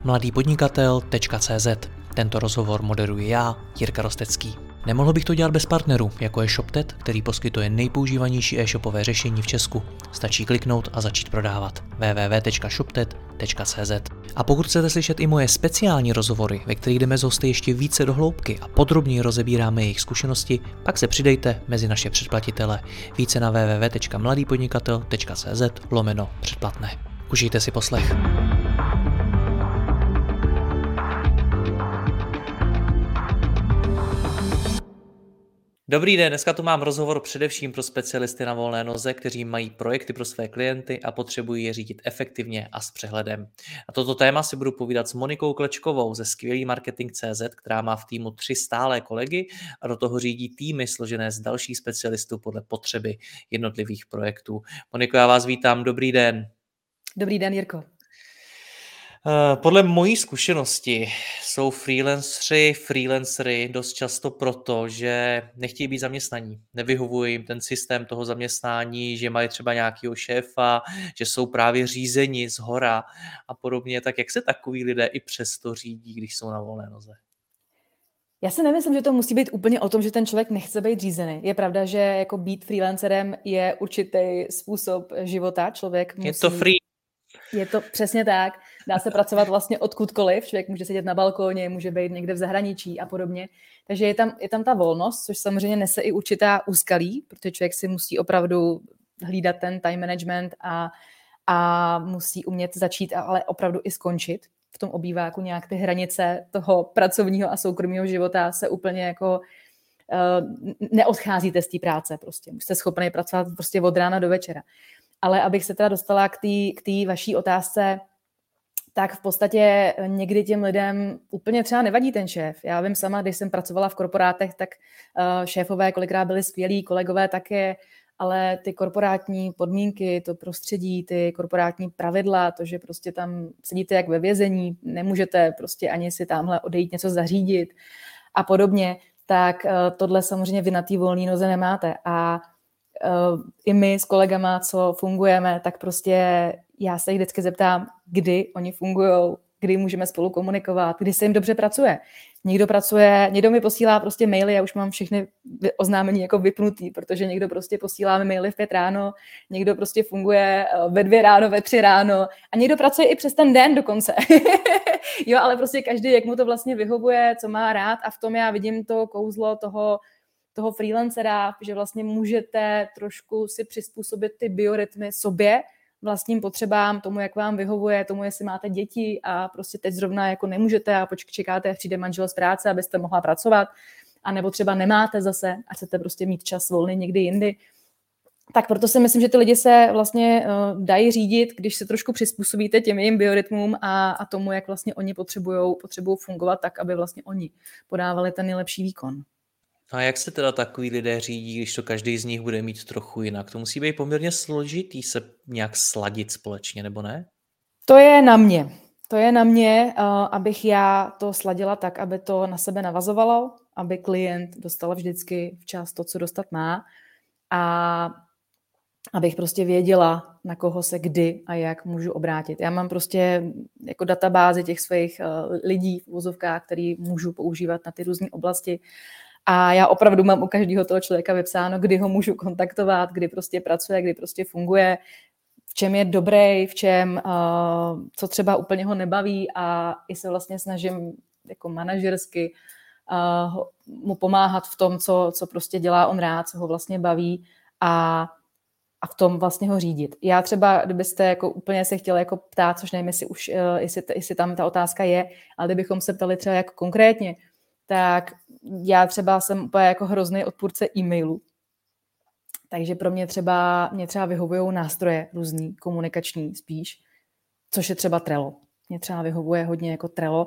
mladýpodnikatel.cz. Tento rozhovor moderuji já, Jirka Rostecký. Nemohl bych to dělat bez partnerů, jako je ShopTet, který poskytuje nejpoužívanější e-shopové řešení v Česku. Stačí kliknout a začít prodávat. www.shoptet.cz. A pokud chcete slyšet i moje speciální rozhovory, ve kterých jdeme s hosty ještě více do hloubky a podrobněji rozebíráme jejich zkušenosti, pak se přidejte mezi naše předplatitele. Více na www.mladýpodnikatel.cz/předplatné. Užijte si poslech. Dobrý den, dneska tu mám rozhovor především pro specialisty na volné noze, kteří mají projekty pro své klienty a potřebují je řídit efektivně a s přehledem. A toto téma si budu povídat s Monikou Klečkovou ze Skvělý marketing.cz, která má v týmu 3 stálé kolegy a do toho řídí týmy složené z dalších specialistů podle potřeby jednotlivých projektů. Moniko, já vás vítám, dobrý den. Dobrý den, Jirko. Podle mojí zkušenosti jsou freelancery dost často proto, že nechtějí být zaměstnaní. Nevyhovuje jim ten systém toho zaměstnání, že mají třeba nějakého šéfa, že jsou právě řízeni zhora a podobně. Tak jak se takový lidé i přesto řídí, když jsou na volné noze? Já si nemyslím, že to musí být úplně o tom, že ten člověk nechce být řízený. Je pravda, že jako být freelancerem je určitý způsob života. Člověk musí... Je to free. Je to přesně tak. Dá se pracovat vlastně odkudkoliv. Člověk může sedět na balkóně, může být někde v zahraničí a podobně. Takže je tam ta volnost, což samozřejmě nese i určitá úskalí, protože člověk si musí opravdu hlídat ten time management a musí umět začít, ale opravdu i skončit. V tom obýváku nějak ty hranice toho pracovního a soukromého života se úplně jako neodcházíte z té práce prostě. Jste schopni pracovat prostě od rána do večera. Ale abych se teda dostala k té vaší otázce, tak v podstatě někdy těm lidem úplně třeba nevadí ten šéf. Já vím sama, když jsem pracovala v korporátech, tak šéfové kolikrát byli skvělí, kolegové také, ale ty korporátní podmínky, to prostředí, ty korporátní pravidla, to, že prostě tam sedíte jak ve vězení, nemůžete prostě ani si tamhle odejít něco zařídit a podobně, tak tohle samozřejmě vy na té volné noze nemáte. A i my s kolegama, co fungujeme, tak prostě já se jich vždycky zeptám, kdy oni fungujou, kdy můžeme spolu komunikovat, kdy se jim dobře pracuje. Někdo mi posílá prostě maily, já už mám všechny oznámení jako vypnutý, protože někdo prostě posílá mi maily v 5 ráno, někdo prostě funguje ve 2 ráno, ve 3 ráno a někdo pracuje i přes ten den dokonce. Jo, ale prostě každý, jak mu to vlastně vyhovuje, co má rád a v tom já vidím to kouzlo toho freelancera, že vlastně můžete trošku si přizpůsobit ty biorytmy sobě, vlastním potřebám, tomu, jak vám vyhovuje, tomu, jestli máte děti a prostě teď zrovna jako nemůžete a čekáte, až přijde manžel z práce, abyste mohla pracovat, anebo třeba nemáte zase a chcete prostě mít čas volný někdy jindy. Tak proto si myslím, že ty lidi se vlastně dají řídit, když se trošku přizpůsobíte těm jejím biorytmům a tomu, jak vlastně oni potřebují fungovat tak, aby vlastně oni podávali ten nejlepší výkon. A jak se teda takový lidé řídí, když to každý z nich bude mít trochu jinak? To musí být poměrně složitý se nějak sladit společně, nebo ne? To je na mě, abych já to sladila tak, aby to na sebe navazovalo, aby klient dostal vždycky včas to, co dostat má a abych prostě věděla, na koho se kdy a jak můžu obrátit. Já mám prostě jako databázi těch svých lidí v uvozovkách, který můžu používat na ty různé oblasti. A já opravdu mám u každého toho člověka vypsáno, kdy ho můžu kontaktovat, kdy prostě pracuje, kdy prostě funguje, v čem je dobrý, v čem, co třeba úplně ho nebaví a i se vlastně snažím jako manažersky mu pomáhat v tom, co prostě dělá on rád, co ho vlastně baví a v tom vlastně ho řídit. Já třeba, kdybyste jako úplně se chtěli jako ptát, což nevím, jestli tam ta otázka je, ale kdybychom se ptali třeba jako konkrétně, tak já třeba jsem úplně jako hrozný odpůrce e-mailu. Takže pro mě třeba vyhovují nástroje různý, komunikační spíš, což je třeba Trello. Mě třeba vyhovuje hodně jako Trello,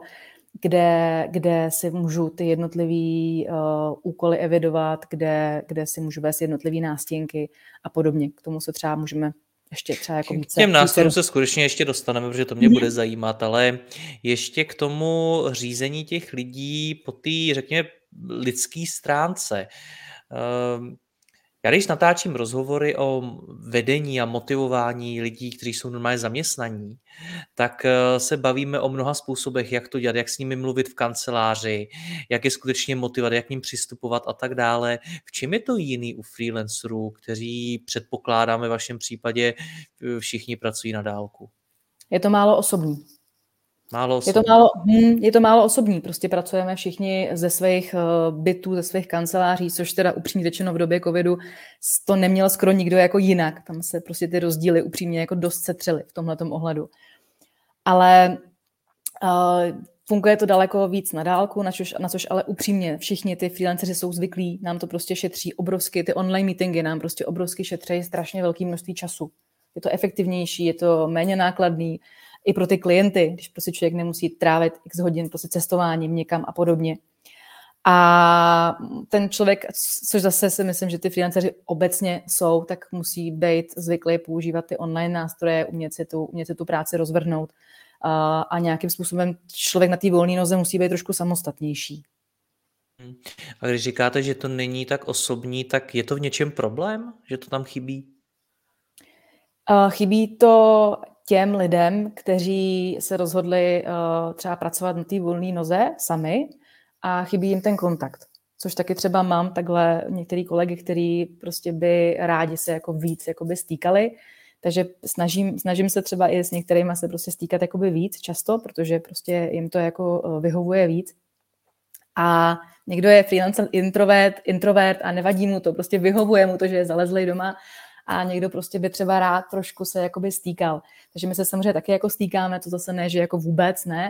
kde si můžu ty jednotlivý úkoly evidovat, kde si můžu vést jednotlivý nástěnky a podobně. K tomu se třeba můžeme ještě třeba jako více... Těm nástrojům se skutečně ještě dostaneme, protože to mě bude zajímat, ale ještě k tomu řízení těch lidí po té, řekněme, lidské stránce. Já když natáčím rozhovory o vedení a motivování lidí, kteří jsou normálně zaměstnaní, tak se bavíme o mnoha způsobech, jak to dělat, jak s nimi mluvit v kanceláři, jak je skutečně motivovat, jak k ním přistupovat a tak dále. V čem je to jiný u freelancerů, kteří předpokládáme ve vašem případě všichni pracují na dálku? Je to málo osobní. Málo osobní. Je to málo osobní. Prostě pracujeme všichni ze svých bytů, ze svých kanceláří, což teda upřímně řečeno v době covidu to neměl skoro nikdo jako jinak. Tam se prostě ty rozdíly upřímně jako dost setřely v tomhletom ohledu. Ale funguje to daleko víc na dálku, na což ale upřímně všichni ty freelanceri jsou zvyklí, nám to prostě šetří obrovsky, ty online meetingy nám prostě obrovsky šetří strašně velké množství času. Je to efektivnější, je to méně nákladný i pro ty klienty, když prostě člověk nemusí trávit x hodin prostě cestováním někam a podobně. A ten člověk, což zase si myslím, že ty freelanceři obecně jsou, tak musí být zvyklý používat ty online nástroje, umět si tu práci rozvrhnout a nějakým způsobem člověk na té volné noze musí být trošku samostatnější. A když říkáte, že to není tak osobní, tak je to v něčem problém, že to tam chybí? Chybí to těm lidem, kteří se rozhodli třeba pracovat na té volné noze sami a chybí jim ten kontakt. Což taky třeba mám takhle některý kolegy, kteří prostě by rádi se jako víc jakoby stýkali. Takže snažím se třeba i s některýma se prostě stýkat jakoby víc často, protože prostě jim to jako vyhovuje víc. A někdo je freelancer introvert a nevadí mu to, prostě vyhovuje mu to, že je zalezlej doma a někdo prostě by třeba rád trošku se jakoby stýkal. Takže my se samozřejmě taky jako stýkáme, to zase ne, že jako vůbec ne,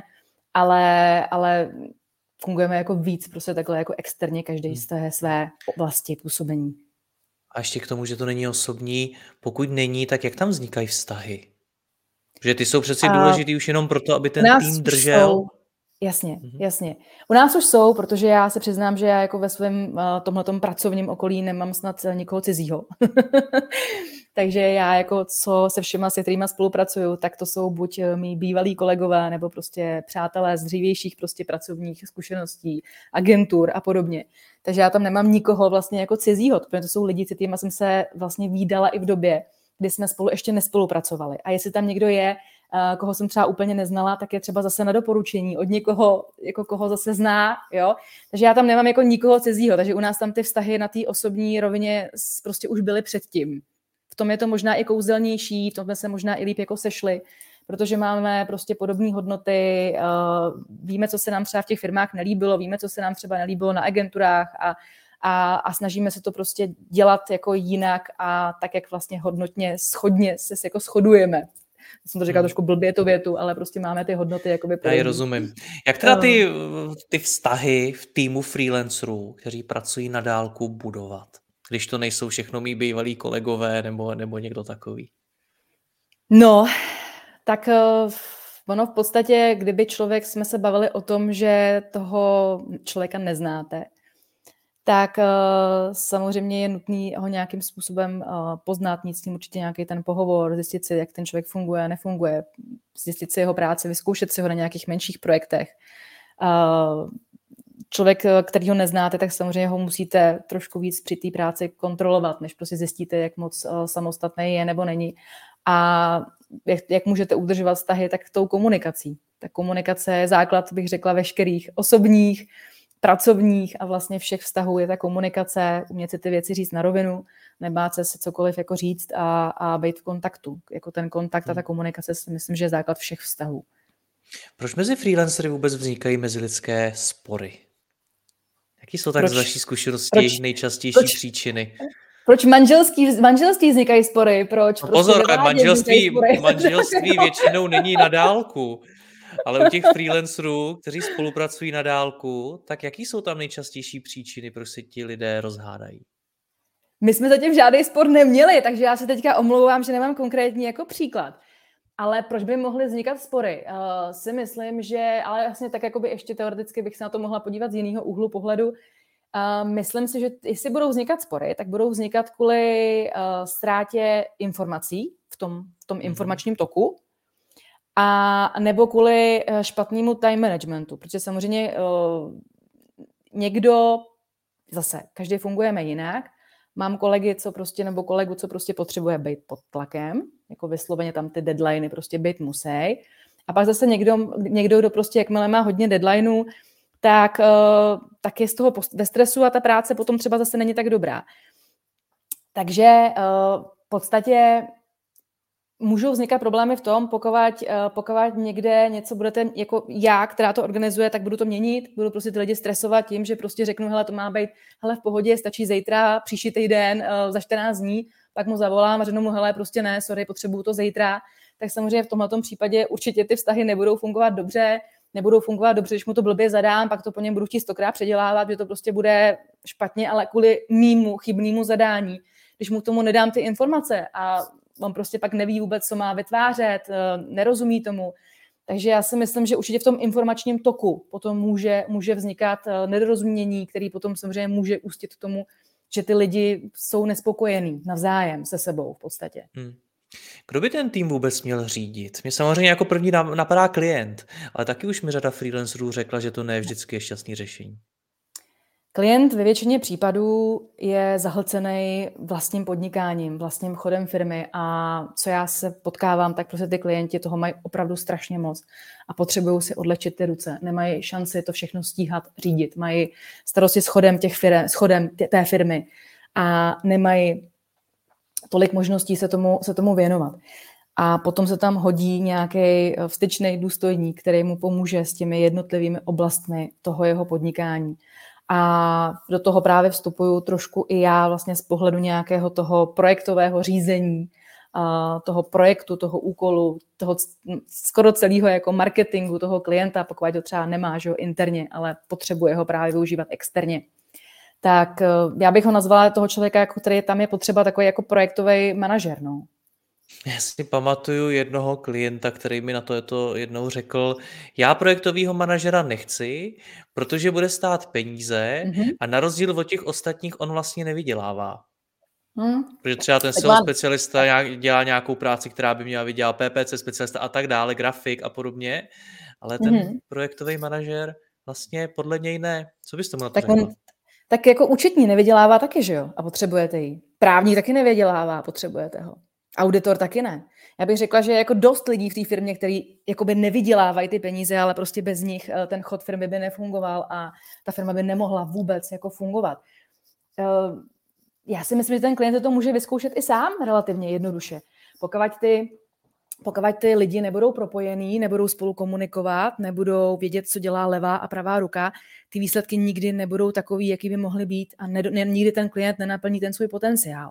ale fungujeme jako víc, prostě takhle jako externě každý z té své oblasti působení. A ještě k tomu, že to není osobní, pokud není, tak jak tam vznikají vztahy? Že ty jsou přeci důležitý už jenom proto, aby ten tým držel. Jasně. U nás už jsou, protože já se přiznám, že já jako ve svém tomhletom pracovním okolí nemám snad nikoho cizího. Takže já jako co se všema, se kterýma spolupracuju, tak to jsou buď mý bývalí kolegové, nebo prostě přátelé z dřívějších prostě pracovních zkušeností, agentur a podobně. Takže já tam nemám nikoho vlastně jako cizího, protože to jsou lidi, s kterýma jsem se vlastně vídala i v době, kdy jsme spolu ještě nespolupracovali. A jestli tam někdo je, koho jsem třeba úplně neznala, tak je třeba zase na doporučení od někoho, jako koho zase zná, jo. Takže já tam nemám jako nikoho cizího, takže u nás tam ty vztahy na té osobní rovině prostě už byly předtím. V tom je to možná i kouzelnější, v tom jsme se možná i líp jako sešli, protože máme prostě podobné hodnoty, víme, co se nám třeba v těch firmách nelíbilo, víme, co se nám třeba nelíbilo na agenturách a snažíme se to prostě dělat jako jinak a tak, jak vlastně hodnotně, shodně se jako shodujeme. Jsem to říkala trošku blbě tu větu, ale prostě máme ty hodnoty jakoby Já ji rozumím. Jak teda ty vztahy v týmu freelancerů, kteří pracují na dálku, budovat? Když to nejsou všechno mý bývalí kolegové nebo někdo takový? No, tak ono v podstatě, kdyby jsme se bavili o tom, že toho člověka neznáte, tak samozřejmě je nutný ho nějakým způsobem poznat, mít s ním určitě nějaký ten pohovor, zjistit si, jak ten člověk funguje, nefunguje, zjistit si jeho práci, vyzkoušet si ho na nějakých menších projektech. Člověk, který ho neznáte, tak samozřejmě ho musíte trošku víc při té práci kontrolovat, než prostě zjistíte, jak moc samostatný je nebo není. A jak můžete udržovat vztahy, tak tou komunikací. Ta komunikace je základ, bych řekla, veškerých osobních, pracovních a vlastně všech vztahů je ta komunikace, umět si ty věci říct na rovinu, nebát se si cokoliv jako říct a být v kontaktu. Jako ten kontakt a ta komunikace si myslím, že je základ všech vztahů. Proč mezi freelancery vůbec vznikají mezilidské spory? Jaký jsou tak z vaší zkušenosti nejčastější příčiny? Proč manželství vznikají spory? Proč? No pozor, manželství většinou není na dálku. Ale u těch freelancerů, kteří spolupracují na dálku, tak jaký jsou tam nejčastější příčiny, proč se ti lidé rozhádají? My jsme zatím žádný spor neměli, takže já se teďka omlouvám, že nemám konkrétní jako příklad. Ale proč by mohly vznikat spory? Si myslím, že, ale vlastně tak jakoby ještě teoreticky bych se na to mohla podívat z jiného úhlu pohledu. Myslím si, že jestli budou vznikat spory, tak budou vznikat kvůli ztrátě informací v tom informačním toku, a nebo kvůli špatnému time managementu, protože samozřejmě někdo, zase každý fungujeme jinak, Mám kolegy, co prostě, nebo kolegu, co prostě potřebuje být pod tlakem, jako vysloveně tam ty deadliny prostě být musí. A pak zase někdo, kdo prostě, jakmile má hodně deadlineů, tak je z toho ve stresu a ta práce potom třeba zase není tak dobrá. Takže v podstatě můžou vznikat problémy v tom, pokud někde něco budete, jako já, která to organizuje, tak budu to měnit, budu prostě ty lidi stresovat tím, že prostě řeknu, hele, to má být, hele, v pohodě, stačí zítra, příští týden, za 14 dní, pak mu zavolám a řeknu mu, hele, prostě ne, sorry, potřebuju to zítra. Tak samozřejmě v tomhletom případě určitě ty vztahy nebudou fungovat dobře, když mu to blbě zadám, pak to po něm budu chtít 100krát předělávat, že to prostě bude špatně, ale kvůli mému chybnému zadání, když mu tomu nedám ty informace a on prostě pak neví vůbec, co má vytvářet, nerozumí tomu. Takže já si myslím, že určitě v tom informačním toku potom může vznikat nedorozumění, který potom samozřejmě může ústit k tomu, že ty lidi jsou nespokojení navzájem se sebou v podstatě. Kdo by ten tým vůbec měl řídit? Mě samozřejmě jako první napadá klient, ale taky už mi řada freelancerů řekla, že to ne vždycky je šťastný řešení. Klient ve většině případů je zahlcený vlastním podnikáním, vlastním chodem firmy a co já se potkávám, tak prostě ty klienti toho mají opravdu strašně moc a potřebují si odlečit ty ruce. Nemají šanci to všechno stíhat, řídit. Mají starosti s chodem té firmy a nemají tolik možností se tomu věnovat. A potom se tam hodí nějaký styčný důstojník, který mu pomůže s těmi jednotlivými oblastmi toho jeho podnikání. A do toho právě vstupuju trošku i já vlastně z pohledu nějakého toho projektového řízení, toho projektu, toho úkolu, toho skoro celého jako marketingu toho klienta, pokud to třeba nemá, že jo, interně, ale potřebuje ho právě využívat externě. Tak já bych ho nazvala toho člověka, jako který tam je potřeba takový jako projektový manažer, no. Já si pamatuju jednoho klienta, který mi na to jednou řekl, já projektového manažera nechci, protože bude stát peníze a na rozdíl od těch ostatních on vlastně nevydělává. Protože třeba ten SEO specialista dělá nějakou práci, která by měla vydělat PPC specialista a tak dále, grafik a podobně, ale ten projektový manažer vlastně podle něj ne. Co bys tomu na to řekla? Tak jako účetní nevydělává taky, že jo? A potřebujete ji. Právník taky nevydělává, potřebujete ho. Auditor taky ne. Já bych řekla, že je jako dost lidí v té firmě, kteří jakoby nevydělávají ty peníze, ale prostě bez nich ten chod firmy by nefungoval a ta firma by nemohla vůbec jako fungovat. Já si myslím, že ten klient to může vyzkoušet i sám relativně jednoduše. Pokud ty lidi nebudou propojení, nebudou spolu komunikovat, nebudou vědět, co dělá levá a pravá ruka, ty výsledky nikdy nebudou takový, jaký by mohly být a nikdy ten klient nenaplní ten svůj potenciál.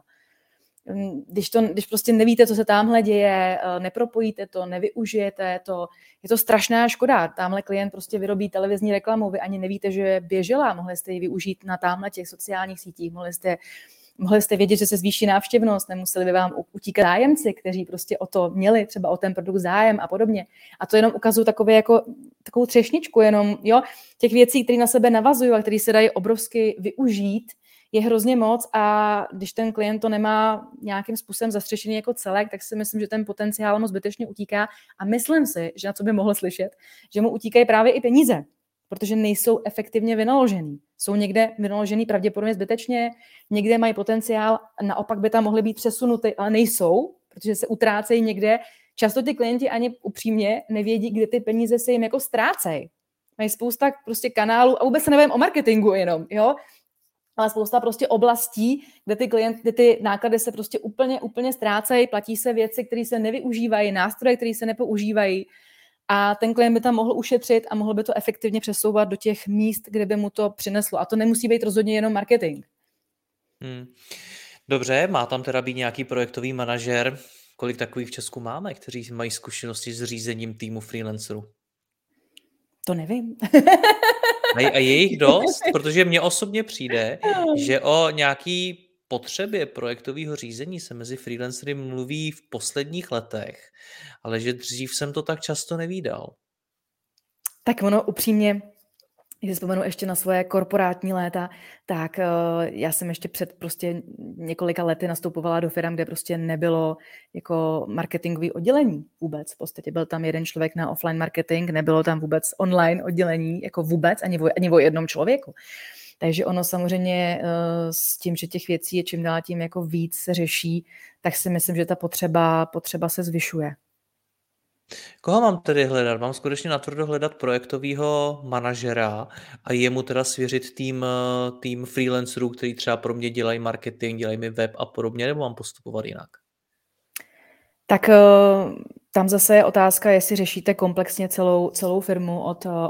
Když prostě nevíte, co se tamhle děje, nepropojíte to, nevyužijete to, je to strašná škoda. Tamhle klient prostě vyrobí televizní reklamu, vy ani nevíte, že běžela, mohli jste ji využít na tamhle těch sociálních sítích, mohli jste vědět, že se zvýší návštěvnost, nemuseli by vám utíkat zájemci, kteří prostě o to měli, třeba o ten produkt zájem a podobně. A to jenom ukazuju takovou třešničku jenom, jo, těch věcí, které na sebe navazují a které se dají obrovsky využít, je hrozně moc a když ten klient to nemá nějakým způsobem zastřešený jako celek, tak si myslím, že ten potenciál mu zbytečně utíká a myslím si, že na co by mohl slyšet, že mu utíkají právě i peníze, protože nejsou efektivně vynaložený. Jsou někde vynaložený pravděpodobně zbytečně, někde mají potenciál, naopak by tam mohly být přesunuty, ale nejsou, protože se utrácejí někde. Často ty klienti ani upřímně nevědí, kde ty peníze se jim jako ztrácejí. Mají spousta prostě kanálů a vůbec se nevím o marketingu jenom, jo? Ale spousta prostě oblastí, kde ty náklady se prostě úplně ztrácejí, platí se věci, které se nevyužívají, nástroje, které se nepoužívají a ten klient by tam mohl ušetřit a mohl by to efektivně přesouvat do těch míst, kde by mu to přineslo. A to nemusí být rozhodně jenom marketing. Dobře, má tam teda být nějaký projektový manažer. Kolik takových v Česku máme, kteří mají zkušenosti s řízením týmu freelancerů? To nevím. A je jich dost? Protože mně osobně přijde, že o nějaký potřebě projektového řízení se mezi freelancery mluví v posledních letech, ale že dřív jsem to tak často nevídal. Tak ono upřímně, když vzpomenu ještě na svoje korporátní léta, tak já jsem ještě před prostě několika lety nastupovala do firm, kde prostě nebylo jako marketingový oddělení vůbec. V podstatě byl tam jeden člověk na offline marketing, nebylo tam vůbec online oddělení, jako vůbec, ani o jednom člověku. Takže ono samozřejmě s tím, že těch věcí je čím dál tím jako víc se řeší, tak si myslím, že ta potřeba se zvyšuje. Koho mám tedy hledat? Mám skutečně natvrdo hledat projektového manažera a jemu teda svěřit tým freelancerů, který třeba pro mě dělají marketing, dělají mi web a podobně, nebo mám postupovat jinak? Tak tam zase je otázka, jestli řešíte komplexně celou firmu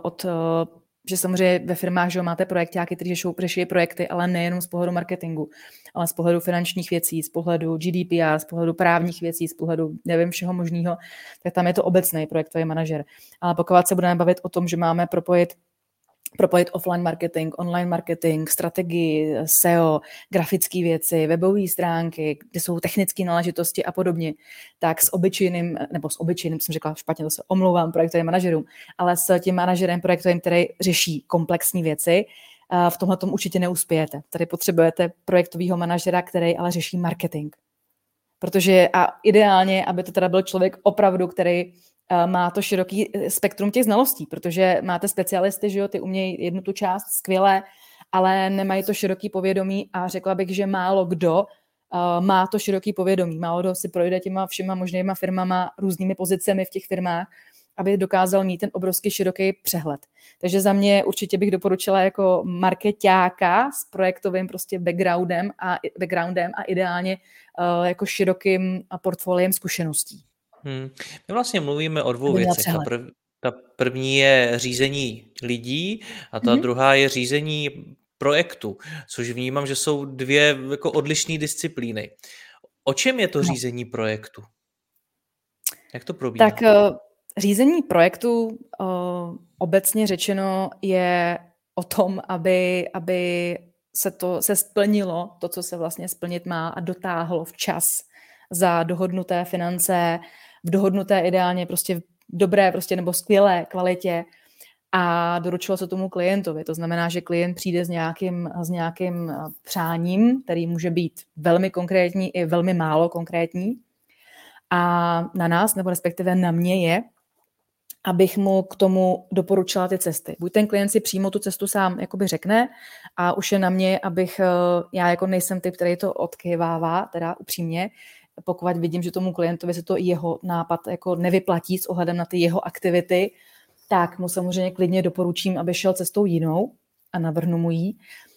že samozřejmě ve firmách, že máte projektáky, kteří řeší projekty, ale nejenom z pohledu marketingu, ale z pohledu finančních věcí, z pohledu GDPR, z pohledu právních věcí, z pohledu nevím všeho možného, tak tam je to obecný projektový manažer. Ale pokud se budeme bavit o tom, že máme propojit offline marketing, online marketing, strategii, SEO, grafické věci, webové stránky, kde jsou technické náležitosti a podobně, tak s obyčejným, jsem řekla špatně, to se omlouvám projektovým manažerům, ale s tím manažerem projektovým, který řeší komplexní věci, v tomhle tom určitě neuspějete. Tady potřebujete projektového manažera, který ale řeší marketing. Protože a ideálně, aby to teda byl člověk opravdu, který má to široký spektrum těch znalostí, protože máte specialisty, že jo, ty umějí jednu tu část skvěle, ale nemají to široký povědomí a řekla bych, že málo kdo má to široký povědomí. Málo kdo si projde těma všema možnýma firmama, různými pozicemi v těch firmách, aby dokázal mít ten obrovský široký přehled. Takže za mě určitě bych doporučila jako markeťáka s projektovým prostě backgroundem a ideálně jako širokým portfoliem zkušeností. My vlastně mluvíme o dvou věcech. Ta první je řízení lidí a ta druhá je řízení projektu, což vnímám, že jsou dvě jako odlišné disciplíny. O čem je to řízení projektu? Jak to probíhá? Tak řízení projektu obecně řečeno je o tom, aby se splnilo to, co se vlastně splnit má a dotáhlo včas za dohodnuté finance, v dohodnuté ideálně prostě dobré prostě nebo skvělé kvalitě a doručilo se tomu klientovi. To znamená, že klient přijde s nějakým přáním, který může být velmi konkrétní i velmi málo konkrétní. A na nás, nebo respektive na mě je, abych mu k tomu doporučila ty cesty. Buď ten klient si přímo tu cestu sám jakoby řekne a už je na mě, já jako nejsem typ, který to odkyvává, teda upřímně, pokud vidím, že tomu klientovi se to jeho nápad jako nevyplatí s ohledem na ty jeho aktivity, tak mu samozřejmě klidně doporučím, aby šel cestou jinou a navrhnu mu ji.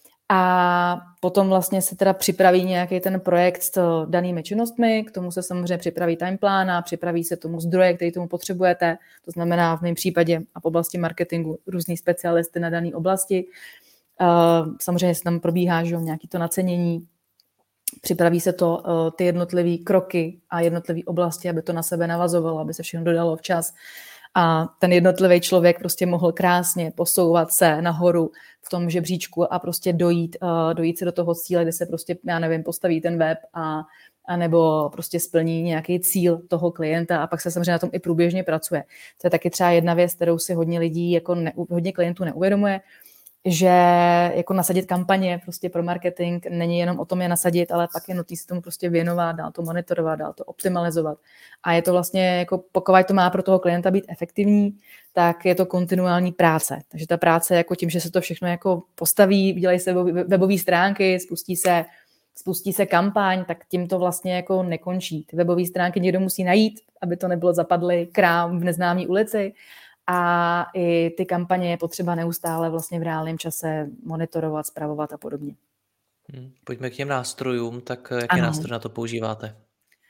A potom vlastně se teda připraví nějaký ten projekt s danými činnostmi, k tomu se samozřejmě připraví timeplán a připraví se tomu zdroje, který tomu potřebujete, to znamená v mém případě a v oblasti marketingu různý specialisty na dané oblasti. Samozřejmě se tam probíhá nějaké to nacenění, připraví se to ty jednotlivé kroky a jednotlivé oblasti, aby to na sebe navazovalo, aby se všechno dodalo včas. A ten jednotlivý člověk prostě mohl krásně posouvat se nahoru v tom žebříčku a prostě dojít se do toho cíle, kde se prostě, já nevím, postaví ten web a nebo prostě splní nějaký cíl toho klienta a pak se samozřejmě na tom i průběžně pracuje. To je taky třeba jedna věc, kterou si hodně lidí, hodně klientů neuvědomuje, že jako nasadit kampaně prostě pro marketing není jenom o tom je nasadit, ale pak je nutné se tomu prostě věnovat, dál to monitorovat, dál to optimalizovat. A je to vlastně, jako pokud to má pro toho klienta být efektivní, tak je to kontinuální práce. Takže ta práce jako tím, že se to všechno jako postaví, dělají se webové stránky, spustí se kampaň, tak tím to vlastně jako nekončí. Ty webové stránky někdo musí najít, aby to nebylo zapadlý krám v neznámé ulici. A i ty kampaně je potřeba neustále vlastně v reálném čase monitorovat, spravovat a podobně. Pojďme k těm nástrojům, tak jaké nástroje na to používáte?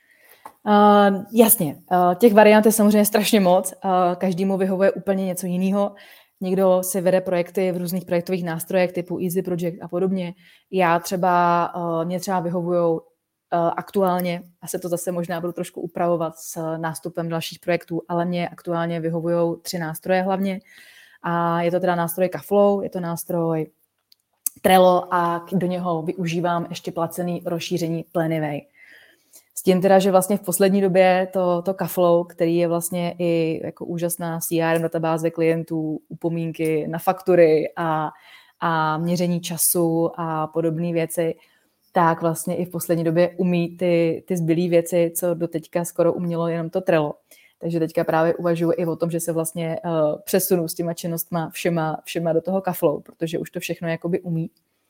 Jasně, těch variant je samozřejmě strašně moc, každému vyhovuje úplně něco jiného. Někdo si vede projekty v různých projektových nástrojech typu Easy Project a podobně. Mě třeba vyhovujou aktuálně, asi to zase možná budu trošku upravovat s nástupem dalších projektů, ale mě aktuálně vyhovují 3 nástroje hlavně. A je to teda nástroj Kaflow, je to nástroj Trello a do něho využívám ještě placený rozšíření Planivay. S tím teda, že vlastně v poslední době to Kaflow, který je vlastně i jako úžasná CRM databáze klientů, upomínky na faktury a měření času a podobné věci, tak vlastně i v poslední době umí ty zbylé věci, co doteďka skoro umělo jenom to Trello. Takže teďka právě uvažuji i o tom, že se vlastně přesunu s těma činnostma všema do toho Kaflow, protože už to všechno jakoby umí.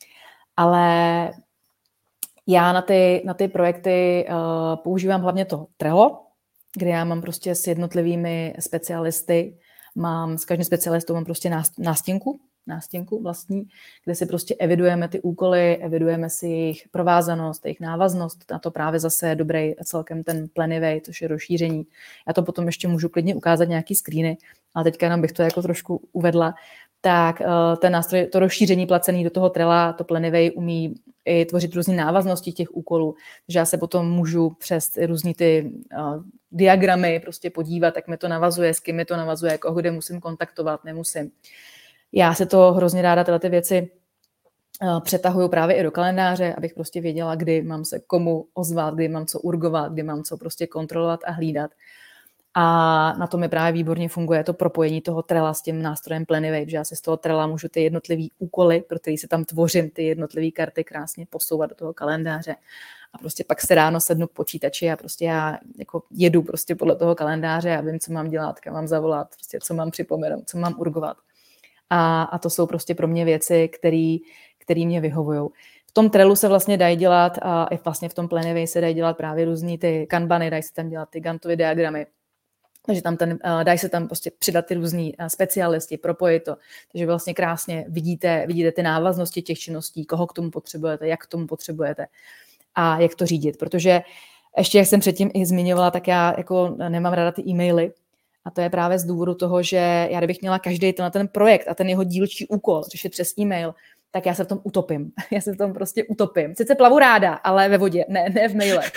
Ale já na ty projekty používám hlavně to Trello, kde já mám prostě s jednotlivými specialisty, s každým specialistou mám prostě nástěnku vlastní, kde si prostě evidujeme ty úkoly, evidujeme si jejich provázanost, jejich návaznost, na to právě zase je dobrý celkem ten Planivate, což je rozšíření. Já to potom ještě můžu klidně ukázat nějaký screeny, ale teďka jenom bych to jako trošku uvedla. Tak ten nástroj, to rozšíření placený do toho Trella, to Planivate umí i tvořit různé návaznosti těch úkolů, takže já se potom můžu přes různý ty diagramy prostě podívat, jak mi to navazuje, s kým mi to navazuje, koho kde musím kontaktovat, nemusím. Já se to hrozně ráda tyhle ty věci přetahuju právě i do kalendáře, abych prostě věděla, kdy mám se komu ozvat, kdy mám co urgovat, kdy mám co prostě kontrolovat a hlídat. A na to mi právě výborně funguje to propojení toho Trella s tím nástrojem Planivate, že já si z toho Trella můžu ty jednotlivý úkoly, pro který se tam tvořím, ty jednotlivé karty krásně posouvat do toho kalendáře. A prostě pak se ráno sednu k počítači a prostě já jako jedu prostě podle toho kalendáře a vím, co mám dělat, kam mám zavolat, prostě co mám připomenout, co mám urgovat. A to jsou prostě pro mě věci, které mě vyhovují. V tom Trellu se vlastně dají dělat a i vlastně v tom Planivate se dají dělat právě různý ty kanbany, dají se tam dělat ty Gantovy diagramy. Takže dají se tam prostě přidat ty různý specialisti, propojit to. Takže vlastně krásně vidíte ty návaznosti těch činností, koho k tomu potřebujete, jak k tomu potřebujete a jak to řídit. Protože ještě, jak jsem předtím i zmiňovala, tak já jako nemám ráda ty e-maily. A to je právě z důvodu toho, že já kdybych měla každý ten projekt a ten jeho dílčí úkol řešit přes e-mail, tak já se v tom utopím. Já se v tom prostě utopím. Sice plavu ráda, ale ve vodě, ne v mailech.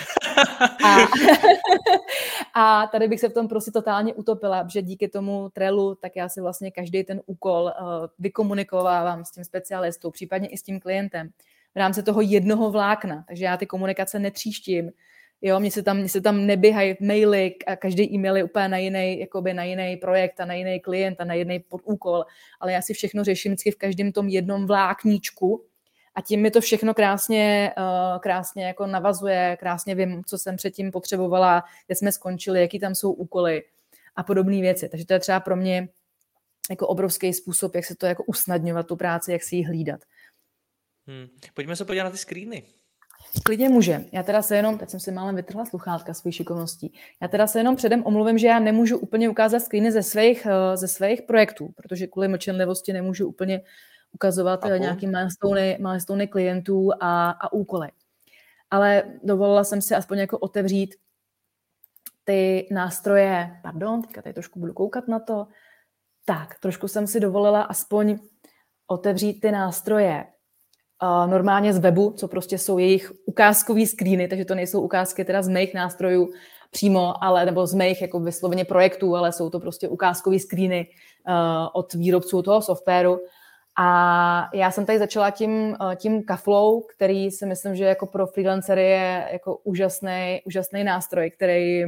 A tady bych se v tom prostě totálně utopila, že díky tomu Trellu, tak já si vlastně každý ten úkol vykomunikovávám s tím specialistou, případně i s tím klientem v rámci toho jednoho vlákna. Takže já ty komunikace netříštím. Jo, mně se tam neběhají maily a každý e-mail je úplně na jiný projekt a na jiný klient a na jiný podúkol, ale já si všechno řeším vždycky v každém tom jednom vlákníčku a tím mi to všechno krásně jako navazuje, krásně vím, co jsem předtím potřebovala, kde jsme skončili, jaký tam jsou úkoly a podobné věci. Takže to je třeba pro mě jako obrovský způsob, jak se to jako usnadňovat tu práci, jak si ji hlídat. Pojďme se podívat na ty screeny. Klidně může. Já teda se jenom, teď jsem si málem vytrhla sluchátka svojí šikovností, já teda se jenom předem omluvím, že já nemůžu úplně ukázat screeny ze svých projektů, protože kvůli mlčenlivosti nemůžu úplně ukazovat nějaký milestone klientů a úkoly. Ale dovolila jsem si aspoň jako otevřít ty nástroje, teďka tady trošku budu koukat na to, tak, trošku jsem si dovolila aspoň otevřít ty nástroje normálně z webu, co prostě jsou jejich ukázkový screeny, takže to nejsou ukázky teda z mých nástrojů přímo, nebo z mých jako vysloveně projektů, ale jsou to prostě ukázkový screeny od výrobců toho softwaru. A já jsem tady začala tím Kaflow, který si myslím, že jako pro freelancery je jako úžasný nástroj, který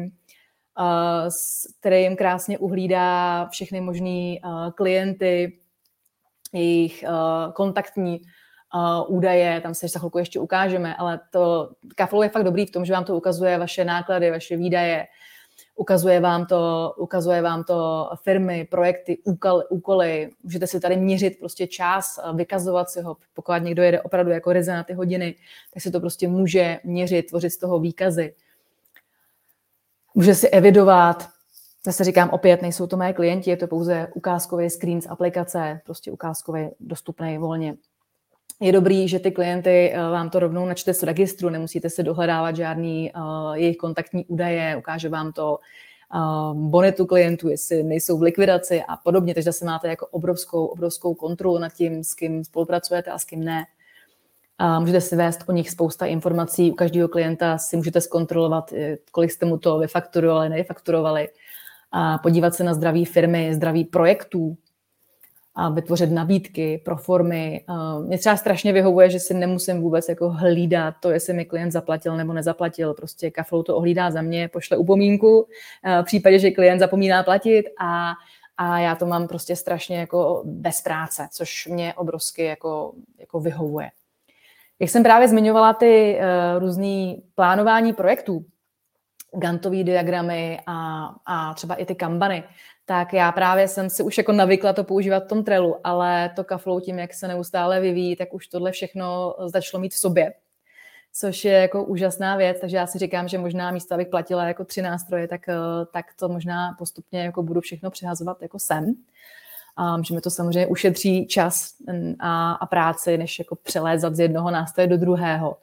jim krásně uhlídá všechny možný klienty, jejich kontaktní údaje, tam se za chvilku ještě ukážeme, ale to Kaflow je fakt dobrý v tom, že vám to ukazuje vaše náklady, vaše výdaje, ukazuje vám to firmy, projekty, úkoly, můžete si tady měřit prostě čas, vykazovat si ho, pokud někdo jede opravdu jako ryze na ty hodiny, tak si to prostě může měřit, tvořit z toho výkazy. Může si evidovat, zase říkám opět, nejsou to mé klienti, je to pouze ukázkový screen z aplikace, prostě ukázkový, dostupný volně. Je dobrý, že ty klienty vám to rovnou načte z registru, nemusíte se dohledávat žádný jejich kontaktní údaje, ukáže vám to bonitu klientů, jestli nejsou v likvidaci a podobně, takže zase máte jako obrovskou kontrolu nad tím, s kým spolupracujete a s kým ne. Můžete si vést o nich spousta informací, u každého klienta si můžete zkontrolovat, kolik jste mu to vyfakturovali, nevyfakturovali, a podívat se na zdraví firmy, zdraví projektů, a vytvořit nabídky pro formy. Mě třeba strašně vyhovuje, že si nemusím vůbec jako hlídat to, jestli mi klient zaplatil nebo nezaplatil. Prostě Kaflow to ohlídá za mě, pošle upomínku v případě, že klient zapomíná platit a já to mám prostě strašně jako bez práce, což mě obrovsky jako vyhovuje. Jak jsem právě zmiňovala ty různý plánování projektů, Gantové diagramy a třeba i ty kanbany, tak já právě jsem si už jako navykla to používat v tom Trellu, ale to Kaflow tím, jak se neustále vyvíjí, tak už tohle všechno začalo mít v sobě, což je jako úžasná věc, takže já si říkám, že možná místo, abych platila jako 3 nástroje, tak to možná postupně jako budu všechno přehazovat jako sem. Že mi to samozřejmě ušetří čas a práci, než jako přelézat z jednoho nástroje do druhého.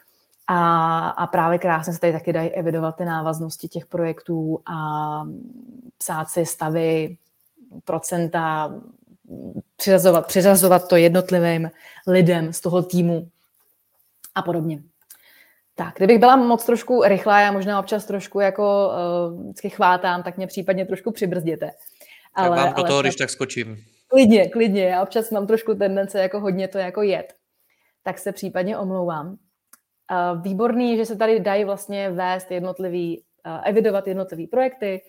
A právě krásně se tady taky dají evidovat ty návaznosti těch projektů a psát si stavy, procenta, přiřazovat to jednotlivým lidem z toho týmu a podobně. Tak, kdybych byla moc trošku rychlá, já možná občas trošku jako vždycky chvátám, tak mě případně trošku přibrzděte. Tak vám do toho, když tak skočím. Klidně, já občas mám trošku tendence jako hodně to jako jet. Tak se případně omlouvám. Výborný, že se tady dají vlastně vést evidovat jednotlivý projekty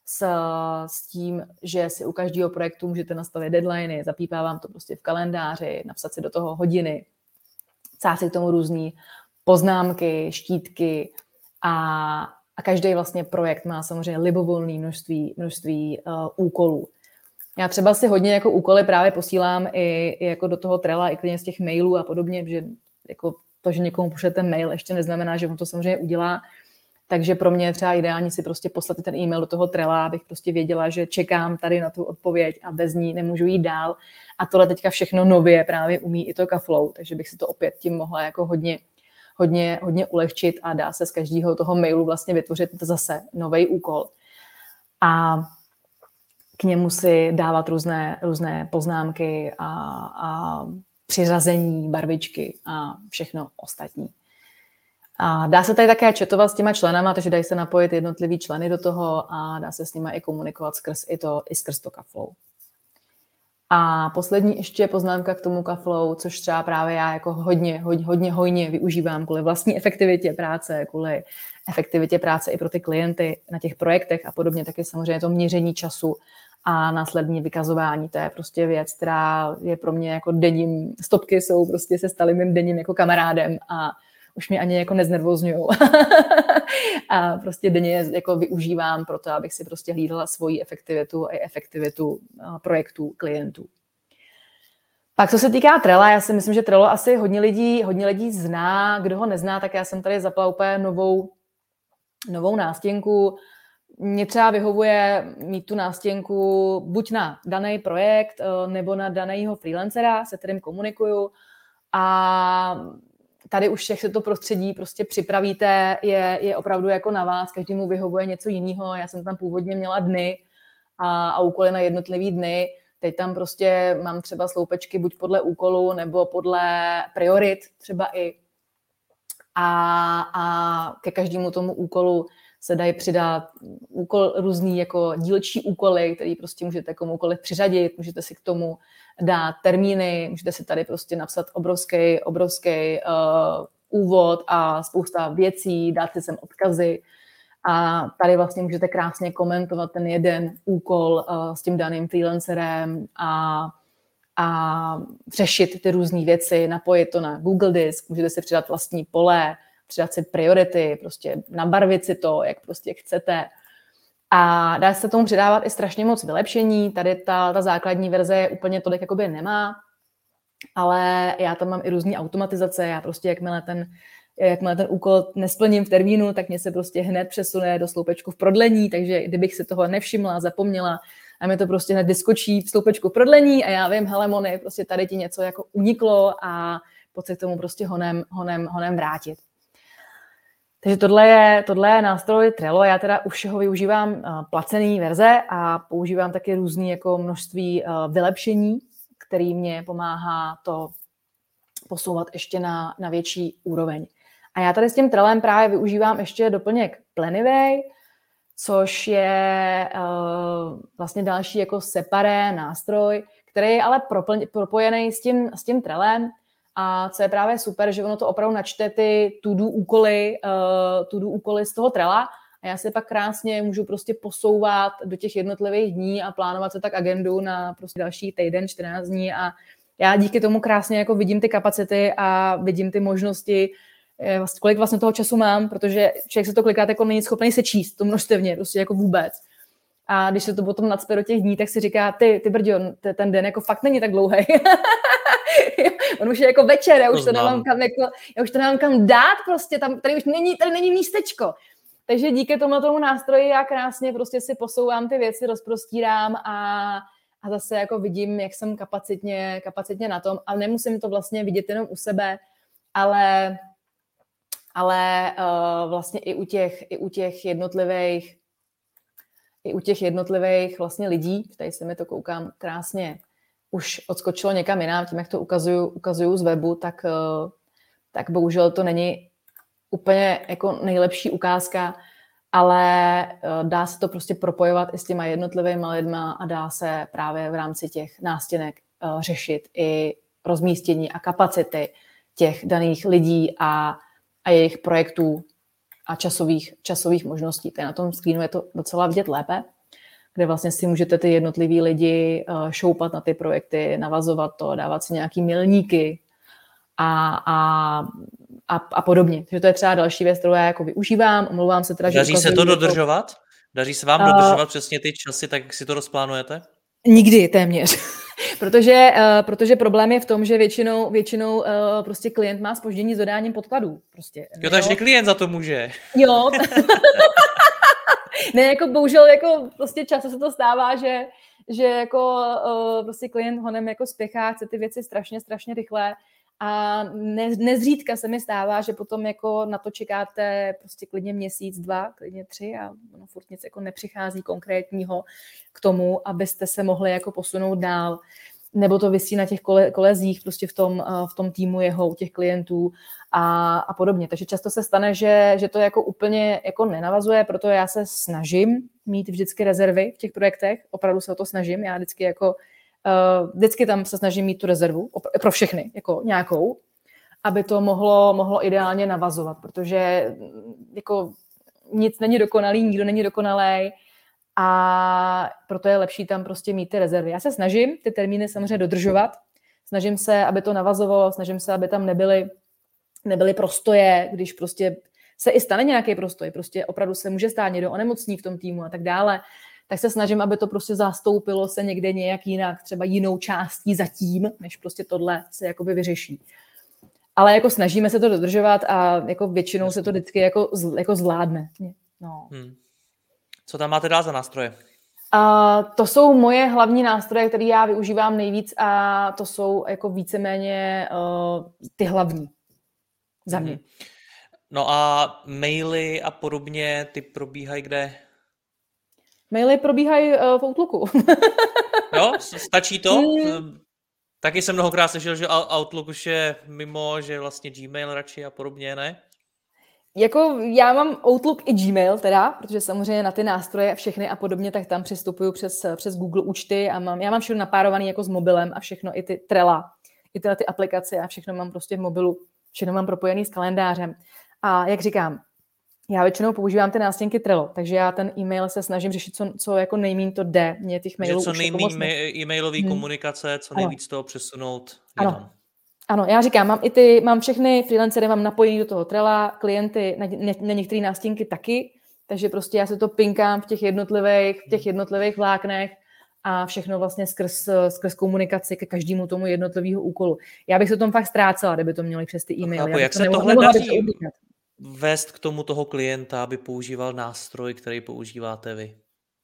s tím, že si u každého projektu můžete nastavit deadliny, zapípá vám to prostě v kalendáři, napsat si do toho hodiny, psát si k tomu různý poznámky, štítky a každý vlastně projekt má samozřejmě libovolné množství úkolů. Já třeba si hodně jako úkoly právě posílám i jako do toho Trella, i klidně z těch mailů a podobně, že jako to, že někomu pošlete mail, ještě neznamená, že on to samozřejmě udělá. Takže pro mě je třeba ideální si prostě poslat ten e-mail do toho Trella, abych prostě věděla, že čekám tady na tu odpověď a bez ní nemůžu jít dál. A tohle teďka všechno nově právě umí i to Kaflow, takže bych si to opět tím mohla jako hodně ulehčit a dá se z každého toho mailu vlastně vytvořit zase nový úkol. A k němu si dávat různé poznámky a přiřazení, barvičky a všechno ostatní. A dá se tady také chatovat s těma členama, takže dají se napojit jednotlivý členy do toho a dá se s nimi i komunikovat skrz to Kaflow. A poslední ještě poznámka k tomu Kaflow, což třeba právě já jako hodně hojně využívám kvůli vlastní efektivitě práce, kvůli efektivitě práce i pro ty klienty na těch projektech a podobně, taky samozřejmě to měření času a následní vykazování. To je prostě věc, která je pro mě jako denním, stopky jsou prostě se staly mým denním jako kamarádem a už mě ani jako neznervozňujou. A prostě denně jako využívám pro to, abych si prostě hlídala svoji efektivitu a efektivitu projektů klientů. Pak co se týká Trella, já si myslím, že Trello asi hodně lidí zná. Kdo ho nezná, tak já jsem tady zapla úplně novou nástěnku. Mně třeba vyhovuje mít tu nástěnku buď na daný projekt nebo na daného freelancera, se kterým komunikuju. A tady už jak se to prostředí prostě připravíte, je opravdu jako na vás, každému vyhovuje něco jiného. Já jsem tam původně měla dny a úkoly na jednotlivý dny. Teď tam prostě mám třeba sloupečky buď podle úkolu nebo podle priorit třeba i. A ke každému tomu úkolu se dají přidat různý jako dílčí úkoly, které prostě můžete komukoliv přiřadit, můžete si k tomu dát termíny, můžete si tady prostě napsat obrovský úvod a spousta věcí, dát si sem odkazy a tady vlastně můžete krásně komentovat ten jeden úkol s tím daným freelancerem a řešit ty různé věci, napojit to na Google Disk, můžete si přidat vlastní pole, přidat si priority, prostě nabarvit si to, jak prostě chcete. A dá se tomu přidávat i strašně moc vylepšení. Tady ta základní verze úplně tolik jakoby nemá, ale já tam mám i různý automatizace. Já prostě jakmile ten úkol nesplním v termínu, tak mě se prostě hned přesune do sloupečku v prodlení, takže kdybych si toho nevšimla, zapomněla, a mi to prostě hned vyskočí v sloupečku v prodlení a já vím, hele Moni, prostě tady ti něco jako uniklo a pojď se k tomu prostě honem vrátit. Takže tohle je nástroj Trello. Já teda u všeho využívám placený verze a používám taky různý jako množství vylepšení, který mě pomáhá to posouvat ještě na větší úroveň. A já tady s tím Trellem právě využívám ještě doplněk Planivay, což je vlastně další jako separé nástroj, který je ale propojený s tím Trellem. A co je právě super, že ono to opravdu načte ty to-do úkoly z toho Trella a já si pak krásně můžu prostě posouvat do těch jednotlivých dní a plánovat se tak agendu na prostě další týden, 14 dní a já díky tomu krásně jako vidím ty kapacity a vidím ty možnosti, kolik vlastně toho času mám, protože člověk se to kliká, jako není schopný se číst to množstevně, prostě jako vůbec. A když se to potom nacpe do těch dní, tak si říká, ty brďo, ten den jako fakt není tak dlouhý. On už je jako večer, já už to nemám kam dát prostě, tady není místečko. Takže díky tomu nástroji já krásně prostě si posouvám ty věci, rozprostírám a zase jako vidím, jak jsem kapacitně na tom a nemusím to vlastně vidět jenom u sebe, ale vlastně i u těch jednotlivých vlastně lidí, tady se mi to koukám krásně, už odskočilo někam jinam, tím, jak to ukazuju z webu, tak bohužel to není úplně jako nejlepší ukázka, ale dá se to prostě propojovat i s těma jednotlivými lidma a dá se právě v rámci těch nástěnek řešit i rozmístění a kapacity těch daných lidí a jejich projektů a časových možností. Tady na tom screenu je to docela vidět lépe, kde vlastně si můžete ty jednotlivý lidi šoupat na ty projekty, navazovat to, dávat si nějaký milníky a podobně. Takže to je třeba další věc, kterou já jako využívám. Omlouvám se teda, že Daří se to dodržovat? Daří se vám dodržovat přesně ty časy, tak jak si to rozplánujete? Nikdy téměř. protože problém je v tom, že většinou prostě klient má zpoždění s dodáním podkladů. Prostě, jo, takže klient za to může. Jo. Ne, jako bohužel jako prostě často se to stává, že jako prostě klient honem jako spěchá, chce ty věci strašně rychle a nezřídka se mi stává, že potom jako na to čekáte prostě klidně měsíc, 2, klidně 3 a ono furt nic jako nepřichází konkrétního k tomu, abyste se mohli jako posunout dál. Nebo to visí na těch kolezích prostě v tom týmu jeho, u těch klientů a podobně. Takže často se stane, že to jako úplně jako nenavazuje, proto já se snažím mít vždycky rezervy v těch projektech, opravdu se o to snažím, já vždycky tam se snažím mít tu rezervu pro všechny, jako nějakou, aby to mohlo ideálně navazovat, protože jako nic není dokonalý, nikdo není dokonalý a proto je lepší tam prostě mít ty rezervy. Já se snažím ty termíny samozřejmě dodržovat, snažím se, aby to navazovalo, snažím se, aby tam nebyly prostoje, když prostě se i stane nějaký prostoj, prostě opravdu se může stát někdo onemocní v tom týmu a tak dále, tak se snažím, aby to prostě zastoupilo se někde nějak jinak, třeba jinou částí zatím, než prostě tohle se jakoby vyřeší. Ale jako snažíme se to dodržovat a jako většinou se to vždycky jako zvládne. No. Co tam máte dál za nástroje? To jsou moje hlavní nástroje, které já využívám nejvíc a to jsou jako víceméně ty hlavní za mě. No a maily a podobně, ty probíhají kde? Maily probíhají v Outlooku. Jo, stačí to? Taky jsem mnohokrát slyšel, že Outlook už je mimo, že vlastně Gmail radši a podobně, ne? Jako já mám Outlook i Gmail teda, protože samozřejmě na ty nástroje všechny a podobně, tak tam přistupuju přes Google účty a já mám všechno napárovaný jako s mobilem a všechno, i ty Trella, i tyhle ty aplikace a všechno mám prostě v mobilu, všechno mám propojený s kalendářem. A jak říkám, já většinou používám ty nástěnky Trello, takže já ten e-mail se snažím řešit, co jako nejmín to jde. Mě těch mailů co nejmín e-mailový komunikace, co nejvíc toho přesunout jinam. Ano, já říkám, mám všechny freelancery, mám napojený do toho Trella, klienty na některé nástěnky taky, takže prostě já se to pinkám v těch jednotlivých vláknech a všechno vlastně skrz komunikaci ke každému tomu jednotlivému úkolu. Já bych se tom fakt ztrácela, kdyby to měli přes ty e-maily. Jak se tohle daří vést k tomu toho klienta, aby používal nástroj, který používáte vy?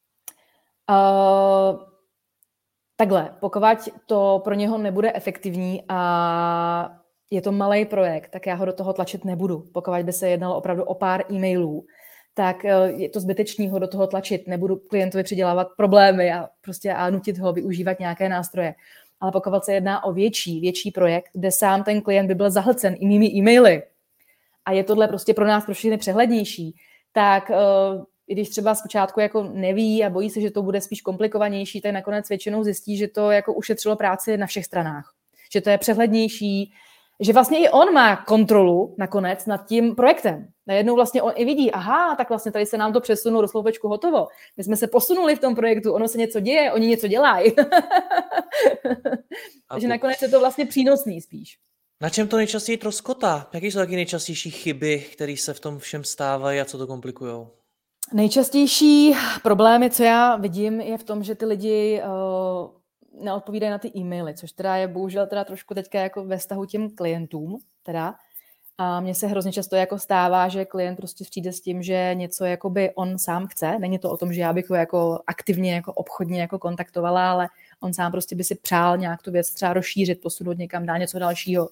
Takhle, pokud to pro něho nebude efektivní a je to malý projekt, tak já ho do toho tlačit nebudu. Pokud by se jednalo opravdu o pár e-mailů, tak je to zbytečný ho do toho tlačit. Nebudu klientovi přidělávat problémy a nutit ho využívat nějaké nástroje. Ale pokud se jedná o větší projekt, kde sám ten klient by byl zahlcen i mými e-maily a je tohle prostě pro nás pro všechny přehlednější, tak i když třeba zpočátku jako neví a bojí se, že to bude spíš komplikovanější, tak nakonec většinou zjistí, že to jako ušetřilo práci na všech stranách. Že to je přehlednější, že vlastně i on má kontrolu nakonec nad tím projektem. Najednou vlastně on i vidí, aha, tak vlastně tady se nám to přesunulo do sloupečku hotovo. My jsme se posunuli v tom projektu, ono se něco děje, oni něco dělají. Takže nakonec je to vlastně přínosný spíš. Na čem to nejčastěji troskotá? Jaké jsou taky nejčastější chyby, které se v tom všem stávají a co to komplikujou? Nejčastější problémy, co já vidím, je v tom, že ty lidi neodpovídají na ty e-maily, což teda je bohužel teda trošku teďka jako ve vztahu těm klientům teda. A mně se hrozně často jako stává, že klient prostě přijde s tím, že něco jakoby on sám chce. Není to o tom, že já bych ho jako aktivně, jako obchodně jako kontaktovala, ale on sám prostě by si přál nějak tu věc třeba rozšířit, posunout někam, dát něco dalšího.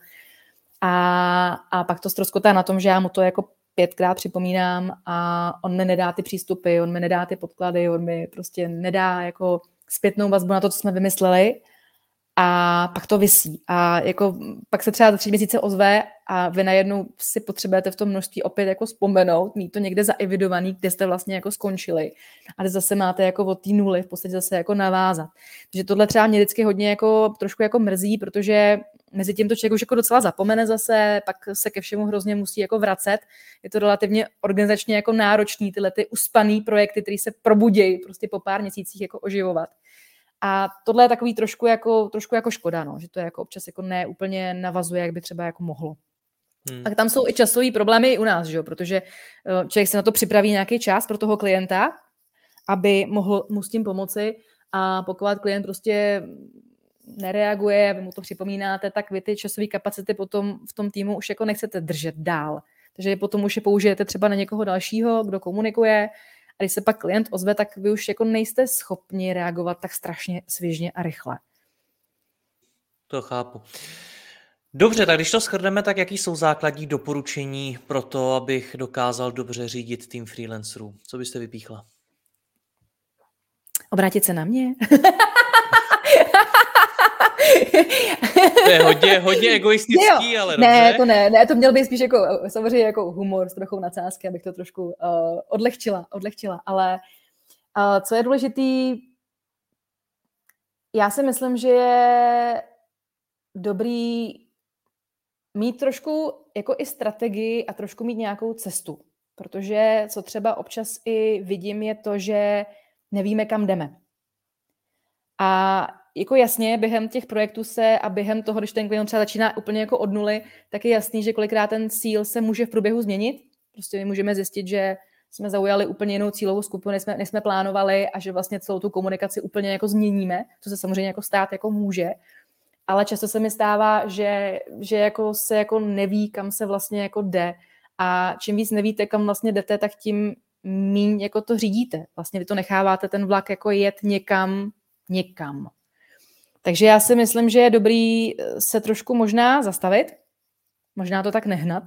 A pak to ztroskotá na tom, že já mu to jako 5krát připomínám a on mi nedá ty přístupy, on mi nedá ty podklady, on mi prostě nedá jako zpětnou vazbu na to, co jsme vymysleli a pak to visí. A jako pak se třeba za 3 měsíce ozve a vy najednou si potřebujete v tom množství opět jako vzpomenout, mít to někde zaevidovaný, kde jste vlastně jako skončili. A zase máte jako od té nuly v podstatě zase jako navázat. Takže tohle třeba mě vždycky hodně jako trošku jako mrzí, protože mezi tím to člověk už jako docela zapomene zase, pak se ke všemu hrozně musí jako vracet. Je to relativně organizačně jako náročný, tyhle ty uspaný projekty, které se probudějí prostě po pár měsících jako oživovat. A tohle je takový trošku jako škoda, no, že to jako občas jako ne úplně navazuje, jak by třeba jako mohlo. A tam jsou i časové problémy i u nás, že? Protože člověk se na to připraví nějaký čas pro toho klienta, aby mohl mu s tím pomoci a pokud klient prostě nereaguje, vy mu to připomínáte, tak vy ty časové kapacity potom v tom týmu už jako nechcete držet dál. Takže potom už je použijete třeba na někoho dalšího, kdo komunikuje. A když se pak klient ozve, tak vy už jako nejste schopni reagovat tak strašně svěžně a rychle. To chápu. Dobře, tak když to shrneme, tak jaký jsou základní doporučení pro to, abych dokázal dobře řídit tým freelancerů? Co byste vypíchla? Obrátit se na mě? To je hodně egoistický, ale dobře. Ne, to měl být spíš jako samozřejmě jako humor s trochou nadsázky, abych to trošku odlehčila, ale co je důležitý, já si myslím, že je dobrý mít trošku jako i strategii a trošku mít nějakou cestu, protože co třeba občas i vidím je to, že nevíme, kam jdeme. A jako jasně, během těch projektů a během toho, když ten klient třeba začíná úplně jako od nuly, tak je jasný, že kolikrát ten cíl se může v průběhu změnit. Prostě my můžeme zjistit, že jsme zaujali úplně jinou cílovou skupinu, než jsme plánovali a že vlastně celou tu komunikaci úplně jako změníme, co se samozřejmě jako stát jako může. Ale často se mi stává, že jako se jako neví, kam se vlastně jako jde. A čím víc nevíte, kam vlastně jdete, tak tím míň jako to řídíte. Vlastně vy to necháváte ten vlak jako jet někam. Takže já si myslím, že je dobrý se trošku možná zastavit, možná to tak nehnat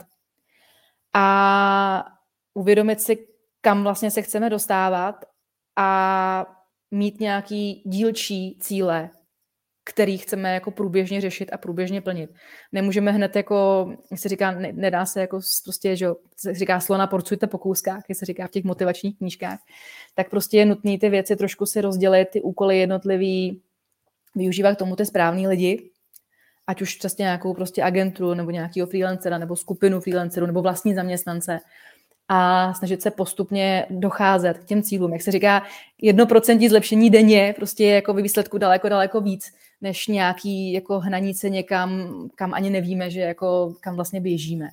a uvědomit si, kam vlastně se chceme dostávat a mít nějaký dílčí cíle, který chceme jako průběžně řešit a průběžně plnit. Nemůžeme hned jako, jak se říká, nedá se jako prostě, že se říká slona porcujte po kouskách, jak se říká v těch motivačních knížkách, tak prostě je nutné ty věci trošku si rozdělit, ty úkoly jednotlivý, využívat k tomu ty správný lidi, ať už přesně nějakou prostě agenturu nebo nějakého freelancera nebo skupinu freelancerů nebo vlastní zaměstnance a snažit se postupně docházet k těm cílům. Jak se říká, 1% zlepšení denně prostě je jako výsledku daleko víc, než nějaký jako hnaní se někam, kam ani nevíme, že jako kam vlastně běžíme.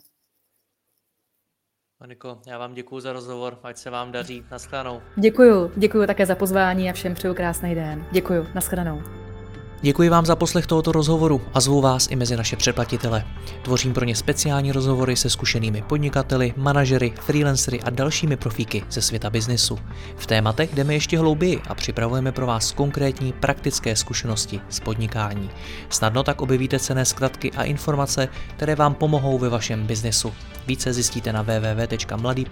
Moniko, já vám děkuju za rozhovor, ať se vám daří. Naschledanou. Děkuju také za pozvání a všem přeju krásný den. Děkuju, naschledanou. Děkuji vám za poslech tohoto rozhovoru a zvu vás i mezi naše předplatitele. Tvořím pro ně speciální rozhovory se zkušenými podnikateli, manažery, freelancery a dalšími profíky ze světa biznesu. V tématech jdeme ještě hlouběji a připravujeme pro vás konkrétní praktické zkušenosti z podnikání. Snadno tak objevíte cenné zkratky a informace, které vám pomohou ve vašem biznesu. Více zjistíte na www.mladý